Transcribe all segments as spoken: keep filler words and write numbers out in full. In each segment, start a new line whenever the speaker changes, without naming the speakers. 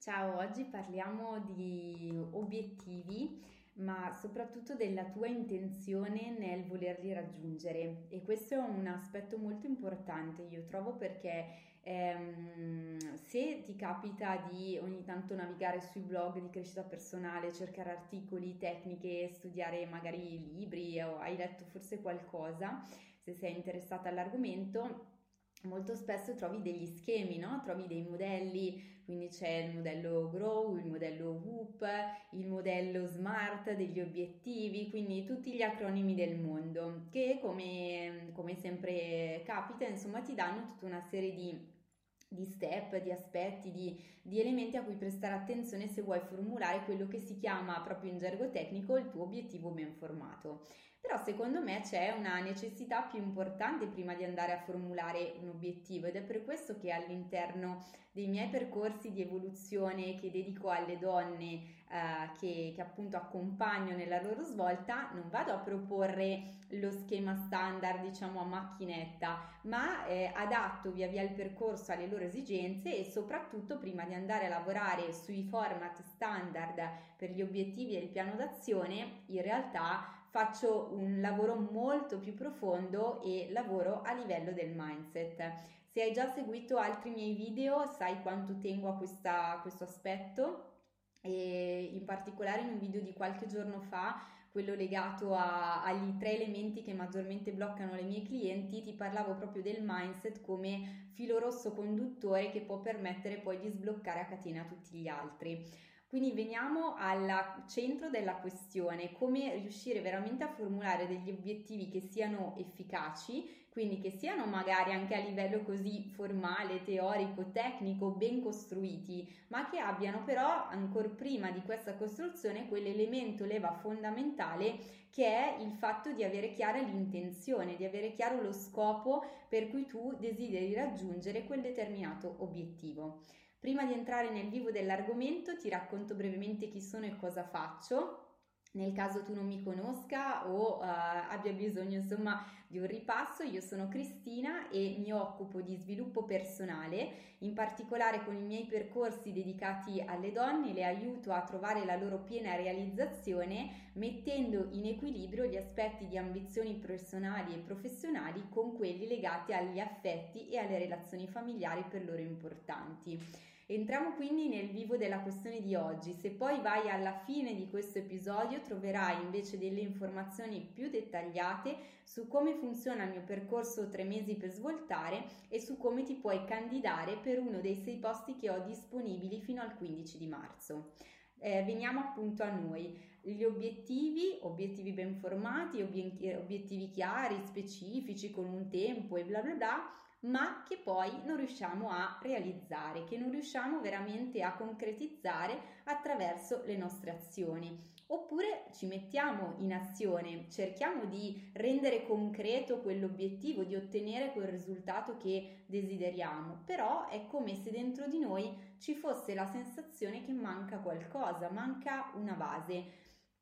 Ciao, oggi parliamo di obiettivi, ma soprattutto della tua intenzione nel volerli raggiungere e questo è un aspetto molto importante, io trovo, perché ehm, se ti capita di ogni tanto navigare sui blog di crescita personale, cercare articoli, tecniche, studiare magari libri o hai letto forse qualcosa, se sei interessata all'argomento, molto spesso trovi degli schemi, no? Trovi dei modelli, quindi c'è il modello Grow, il modello WHOOP, il modello SMART degli obiettivi, quindi tutti gli acronimi del mondo che come, come sempre capita, insomma, ti danno tutta una serie di di step, di aspetti, di, di elementi a cui prestare attenzione se vuoi formulare quello che si chiama proprio in gergo tecnico il tuo obiettivo ben formato. Però secondo me c'è una necessità più importante prima di andare a formulare un obiettivo ed è per questo che all'interno dei miei percorsi di evoluzione che dedico alle donne eh, che, che appunto accompagno nella loro svolta non vado a proporre lo schema standard, diciamo, a macchinetta, ma eh, adatto via via il percorso alle loro esigenze e soprattutto prima di andare a lavorare sui format standard per gli obiettivi e il piano d'azione, in realtà faccio un lavoro molto più profondo e lavoro a livello del mindset. Se hai già seguito altri miei video, sai quanto tengo a, questa, a questo aspetto e in particolare in un video di qualche giorno fa, quello legato a, agli tre elementi che maggiormente bloccano le mie clienti, ti parlavo proprio del mindset come filo rosso conduttore che può permettere poi di sbloccare a catena tutti gli altri. Quindi veniamo al centro della questione, come riuscire veramente a formulare degli obiettivi che siano efficaci, quindi che siano magari anche a livello così formale, teorico, tecnico, ben costruiti, ma che abbiano però ancora prima di questa costruzione quell'elemento leva fondamentale che è il fatto di avere chiara l'intenzione, di avere chiaro lo scopo per cui tu desideri raggiungere quel determinato obiettivo. Prima di entrare nel vivo dell'argomento ti racconto brevemente chi sono e cosa faccio. Nel caso tu non mi conosca o uh, abbia bisogno insomma di un ripasso, io sono Cristina e mi occupo di sviluppo personale, in particolare con i miei percorsi dedicati alle donne, le aiuto a trovare la loro piena realizzazione mettendo in equilibrio gli aspetti di ambizioni personali e professionali con quelli legati agli affetti e alle relazioni familiari per loro importanti. Entriamo quindi nel vivo della questione di oggi. Se poi vai alla fine di questo episodio troverai invece delle informazioni più dettagliate su come funziona il mio percorso tre mesi per svoltare e su come ti puoi candidare per uno dei sei posti che ho disponibili fino al quindici di marzo. Eh, veniamo appunto a noi, gli obiettivi, obiettivi ben formati, obiettivi chiari, specifici, con un tempo e bla bla bla, ma che poi non riusciamo a realizzare, che non riusciamo veramente a concretizzare attraverso le nostre azioni. Oppure ci mettiamo in azione, cerchiamo di rendere concreto quell'obiettivo, di ottenere quel risultato che desideriamo, però è come se dentro di noi ci fosse la sensazione che manca qualcosa, manca una base.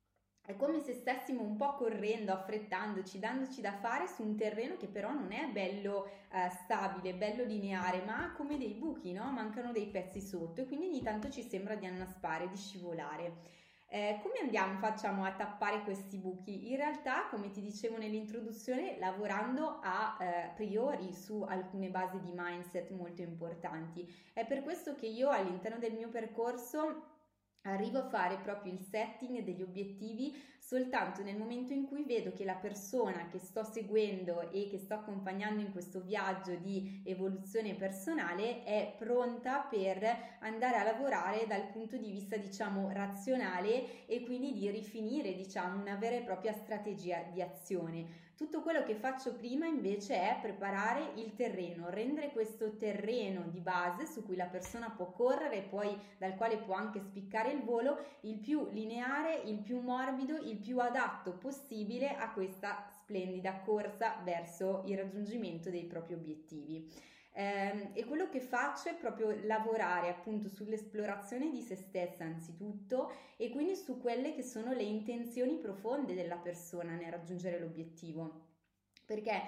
È come se stessimo un po' correndo, affrettandoci, dandoci da fare su un terreno che però non è bello eh, stabile, bello lineare, ma ha come dei buchi, no? Mancano dei pezzi sotto e quindi ogni tanto ci sembra di annaspare, di scivolare. Eh, come andiamo, facciamo a tappare questi buchi? In realtà, come ti dicevo nell'introduzione, lavorando a eh, priori su alcune basi di mindset molto importanti. È per questo che io all'interno del mio percorso arrivo a fare proprio il setting degli obiettivi soltanto nel momento in cui vedo che la persona che sto seguendo e che sto accompagnando in questo viaggio di evoluzione personale è pronta per andare a lavorare dal punto di vista, diciamo, razionale e quindi di rifinire, diciamo, una vera e propria strategia di azione. Tutto quello che faccio prima invece è preparare il terreno, rendere questo terreno di base su cui la persona può correre e poi dal quale può anche spiccare il volo il più lineare, il più morbido, il più adatto possibile a questa splendida corsa verso il raggiungimento dei propri obiettivi. Eh, e quello che faccio è proprio lavorare appunto sull'esplorazione di se stessa anzitutto e quindi su quelle che sono le intenzioni profonde della persona nel raggiungere l'obiettivo, perché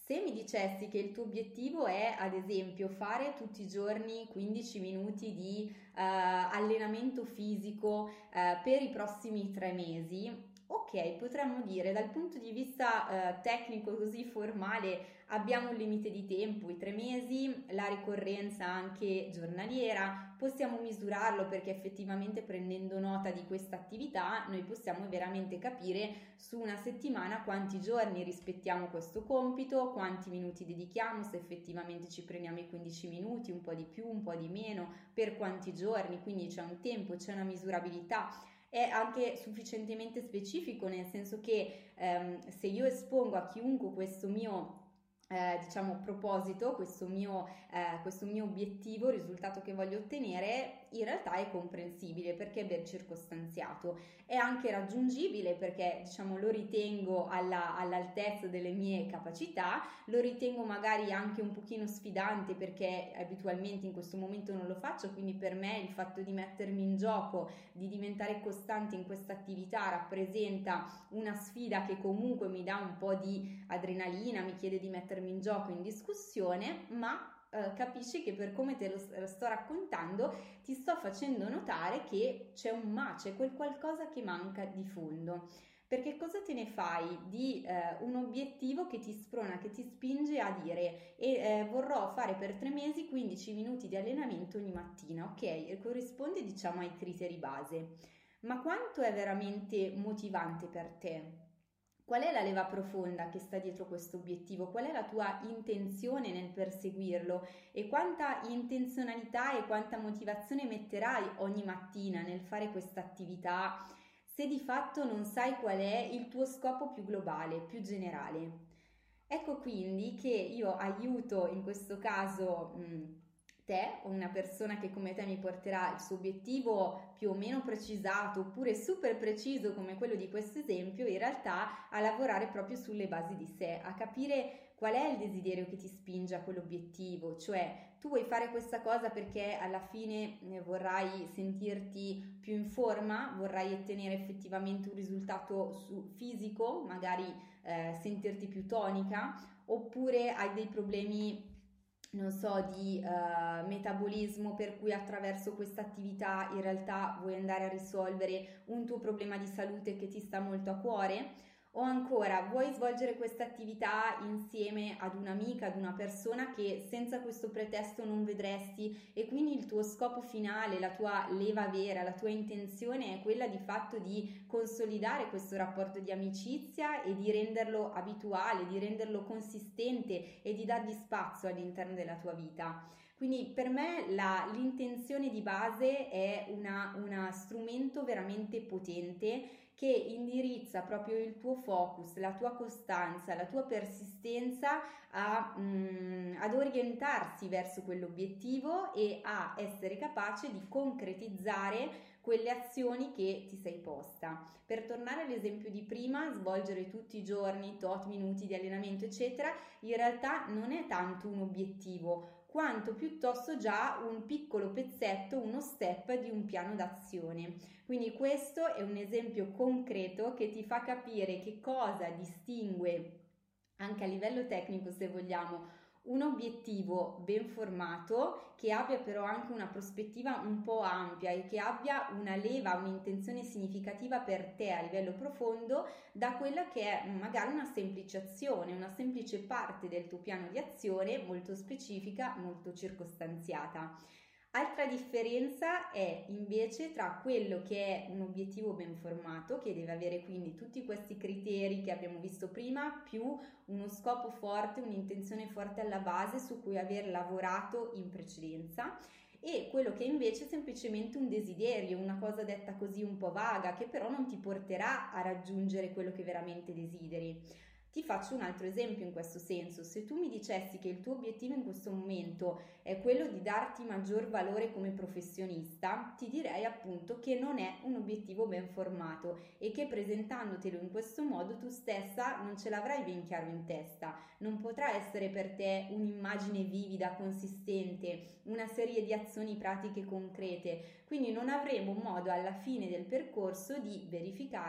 Se mi dicessi che il tuo obiettivo è, ad esempio, fare tutti i giorni quindici minuti di eh, allenamento fisico eh, per i prossimi tre mesi, ok, potremmo dire dal punto di vista eh, tecnico così formale abbiamo un limite di tempo, i tre mesi, la ricorrenza anche giornaliera, possiamo misurarlo perché effettivamente prendendo nota di questa attività noi possiamo veramente capire su una settimana quanti giorni rispettiamo questo compito, quanti minuti dedichiamo, se effettivamente ci prendiamo i quindici minuti, un po' di più, un po' di meno, per quanti giorni, quindi c'è un tempo, c'è una misurabilità. È anche sufficientemente specifico, nel senso che ehm, se io espongo a chiunque questo mio eh, diciamo proposito, questo mio, eh, questo mio obiettivo, il risultato che voglio ottenere, in realtà è comprensibile perché è ben circostanziato, è anche raggiungibile perché diciamo lo ritengo alla, all'altezza delle mie capacità, lo ritengo magari anche un pochino sfidante perché abitualmente in questo momento non lo faccio, quindi per me il fatto di mettermi in gioco, di diventare costante in questa attività rappresenta una sfida che comunque mi dà un po' di adrenalina, mi chiede di mettermi in gioco, in discussione, ma eh, capisci che per come te lo, lo sto raccontando ti sto facendo notare che c'è un ma, c'è quel qualcosa che manca di fondo. Perché cosa te ne fai di eh, un obiettivo che ti sprona, che ti spinge a dire e eh, vorrò fare per tre mesi quindici minuti di allenamento ogni mattina, ok? E corrisponde diciamo ai criteri base. Ma quanto è veramente motivante per te? Qual è la leva profonda che sta dietro questo obiettivo? Qual è la tua intenzione nel perseguirlo? E quanta intenzionalità e quanta motivazione metterai ogni mattina nel fare questa attività se di fatto non sai qual è il tuo scopo più globale, più generale? Ecco quindi che io aiuto in questo caso mh, te o una persona che come te mi porterà il suo obiettivo più o meno precisato oppure super preciso come quello di questo esempio, in realtà a lavorare proprio sulle basi di sé, a capire qual è il desiderio che ti spinge a quell'obiettivo, cioè tu vuoi fare questa cosa perché alla fine vorrai sentirti più in forma, vorrai ottenere effettivamente un risultato su, fisico, magari eh, sentirti più tonica, oppure hai dei problemi non so, di uh, metabolismo per cui attraverso questa attività in realtà vuoi andare a risolvere un tuo problema di salute che ti sta molto a cuore, o ancora vuoi svolgere questa attività insieme ad un'amica, ad una persona che senza questo pretesto non vedresti e quindi il tuo scopo finale, la tua leva vera, la tua intenzione è quella di fatto di consolidare questo rapporto di amicizia e di renderlo abituale, di renderlo consistente e di dargli spazio all'interno della tua vita. Quindi per me la, l'intenzione di base è una, una strumento veramente potente che indirizza proprio il tuo focus, la tua costanza, la tua persistenza a, mm, ad orientarsi verso quell'obiettivo e a essere capace di concretizzare quelle azioni che ti sei posta. Per tornare all'esempio di prima, svolgere tutti i giorni tot minuti di allenamento eccetera, in realtà non è tanto un obiettivo quanto piuttosto già un piccolo pezzetto, uno step di un piano d'azione. Quindi questo è un esempio concreto che ti fa capire che cosa distingue anche a livello tecnico, se vogliamo, un obiettivo ben formato che abbia però anche una prospettiva un po' ampia e che abbia una leva, un'intenzione significativa per te a livello profondo da quella che è magari una semplice azione, una semplice parte del tuo piano di azione molto specifica, molto circostanziata. Altra differenza è invece tra quello che è un obiettivo ben formato, che deve avere quindi tutti questi criteri che abbiamo visto prima, più uno scopo forte, un'intenzione forte alla base su cui aver lavorato in precedenza, e quello che è invece semplicemente un desiderio, una cosa detta così un po' vaga, che però non ti porterà a raggiungere quello che veramente desideri. Ti faccio un altro esempio in questo senso: se tu mi dicessi che il tuo obiettivo in questo momento è quello di darti maggior valore come professionista, ti direi appunto che non è un obiettivo ben formato e che presentandotelo in questo modo tu stessa non ce l'avrai ben chiaro in testa, non potrà essere per te un'immagine vivida, consistente, una serie di azioni pratiche concrete, quindi non avremo modo alla fine del percorso di verificare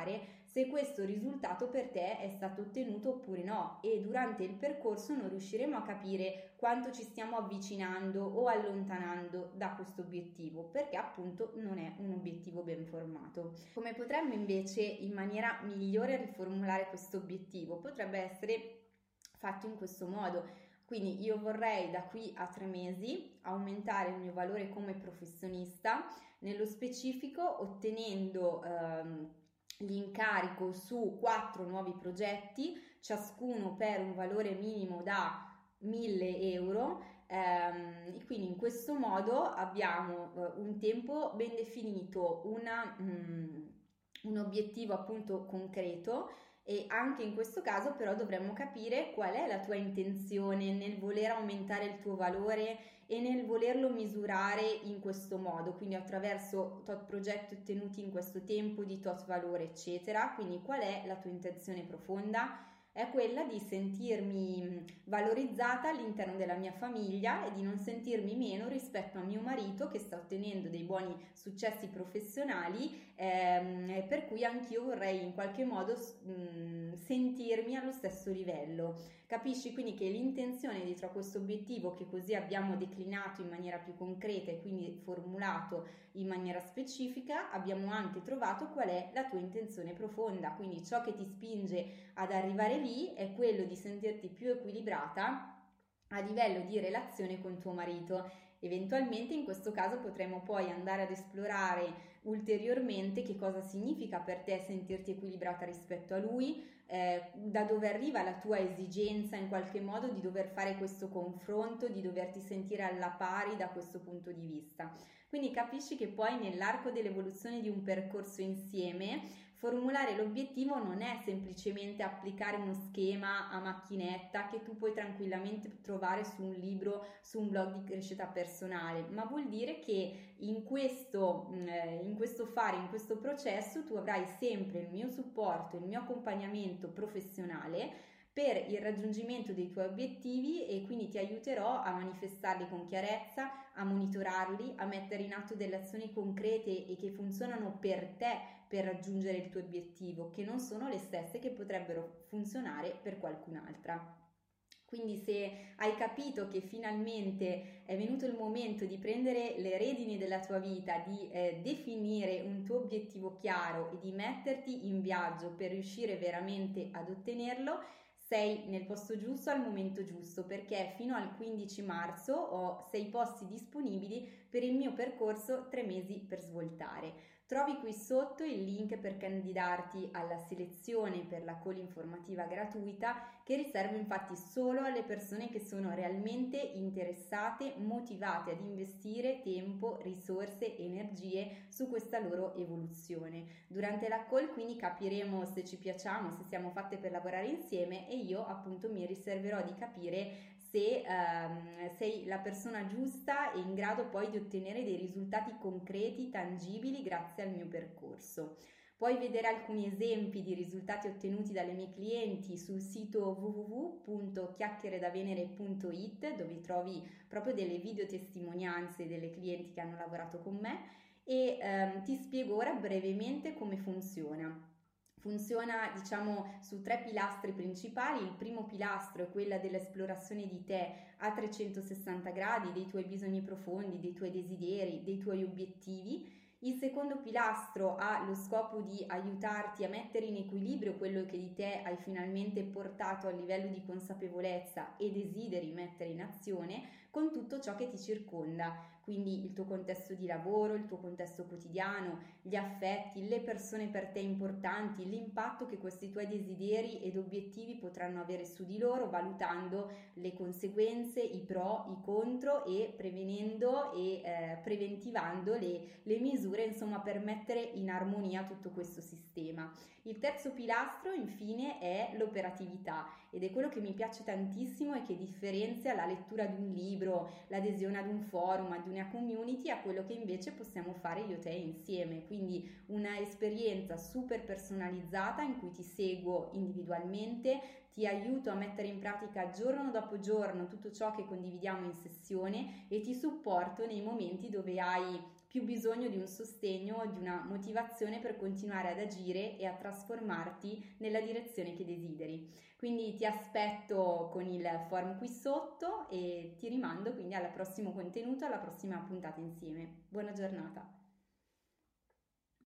se questo risultato per te è stato ottenuto oppure no, e durante il percorso non riusciremo a capire quanto ci stiamo avvicinando o allontanando da questo obiettivo, perché appunto non è un obiettivo ben formato. Come potremmo invece in maniera migliore riformulare questo obiettivo? Potrebbe essere fatto in questo modo. Quindi io vorrei da qui a tre mesi aumentare il mio valore come professionista, nello specifico ottenendo ehm, l'incarico su quattro nuovi progetti, ciascuno per un valore minimo da mille euro. Ehm, e quindi in questo modo abbiamo eh, un tempo ben definito, una, mm, un obiettivo appunto concreto. E anche in questo caso però dovremmo capire qual è la tua intenzione nel voler aumentare il tuo valore e nel volerlo misurare in questo modo, quindi attraverso tot progetti ottenuti in questo tempo di tot valore, eccetera. Quindi qual è la tua intenzione profonda? È quella di sentirmi valorizzata all'interno della mia famiglia e di non sentirmi meno rispetto a mio marito che sta ottenendo dei buoni successi professionali, ehm, per cui anch'io vorrei in qualche modo mh, sentirmi allo stesso livello. Capisci quindi che l'intenzione dietro a questo obiettivo, che così abbiamo declinato in maniera più concreta e quindi formulato in maniera specifica, abbiamo anche trovato qual è la tua intenzione profonda, quindi ciò che ti spinge ad arrivare lì è quello di sentirti più equilibrata a livello di relazione con tuo marito. Eventualmente in questo caso potremo poi andare ad esplorare ulteriormente che cosa significa per te sentirti equilibrata rispetto a lui, eh, da dove arriva la tua esigenza in qualche modo di dover fare questo confronto, di doverti sentire alla pari da questo punto di vista. Quindi capisci che poi nell'arco dell'evoluzione di un percorso insieme formulare l'obiettivo non è semplicemente applicare uno schema a macchinetta che tu puoi tranquillamente trovare su un libro, su un blog di crescita personale, ma vuol dire che in questo, eh, in questo fare, in questo processo tu avrai sempre il mio supporto, il mio accompagnamento professionale per il raggiungimento dei tuoi obiettivi e quindi ti aiuterò a manifestarli con chiarezza, a monitorarli, a mettere in atto delle azioni concrete e che funzionano per te per raggiungere il tuo obiettivo, che non sono le stesse che potrebbero funzionare per qualcun'altra. Quindi se hai capito che finalmente è venuto il momento di prendere le redini della tua vita, di eh, definire un tuo obiettivo chiaro e di metterti in viaggio per riuscire veramente ad ottenerlo, sei nel posto giusto al momento giusto, perché fino al quindici marzo ho sei posti disponibili per il mio percorso tre mesi per svoltare. Trovi qui sotto il link per candidarti alla selezione per la call informativa gratuita, che riservo infatti solo alle persone che sono realmente interessate, motivate ad investire tempo, risorse, energie su questa loro evoluzione. Durante la call quindi capiremo se ci piacciamo, se siamo fatte per lavorare insieme, e io appunto mi riserverò di capire se ehm, sei la persona giusta e in grado poi di ottenere dei risultati concreti, tangibili grazie al mio percorso. Puoi vedere alcuni esempi di risultati ottenuti dalle mie clienti sul sito w w w punto chiacchieredavenere punto it, dove trovi proprio delle video testimonianze delle clienti che hanno lavorato con me, e ehm, ti spiego ora brevemente come funziona. Funziona, diciamo, su tre pilastri principali. Il primo pilastro è quella dell'esplorazione di te a trecentosessanta gradi, dei tuoi bisogni profondi, dei tuoi desideri, dei tuoi obiettivi. Il secondo pilastro ha lo scopo di aiutarti a mettere in equilibrio quello che di te hai finalmente portato a livello di consapevolezza e desideri mettere in azione con tutto ciò che ti circonda, quindi il tuo contesto di lavoro, il tuo contesto quotidiano, gli affetti, le persone per te importanti, l'impatto che questi tuoi desideri ed obiettivi potranno avere su di loro, valutando le conseguenze, i pro, i contro e prevenendo e eh, preventivando le, le misure, insomma, per mettere in armonia tutto questo sistema. Il terzo pilastro infine è l'operatività, ed è quello che mi piace tantissimo e che differenzia la lettura di un libro, l'adesione ad un forum, ad una community, a quello che invece possiamo fare io e te insieme. Quindi una esperienza super personalizzata in cui ti seguo individualmente, ti aiuto a mettere in pratica giorno dopo giorno tutto ciò che condividiamo in sessione e ti supporto nei momenti dove hai più bisogno di un sostegno, di una motivazione per continuare ad agire e a trasformarti nella direzione che desideri. Quindi ti aspetto con il form qui sotto e ti rimando quindi al prossimo contenuto, alla prossima puntata insieme. Buona giornata!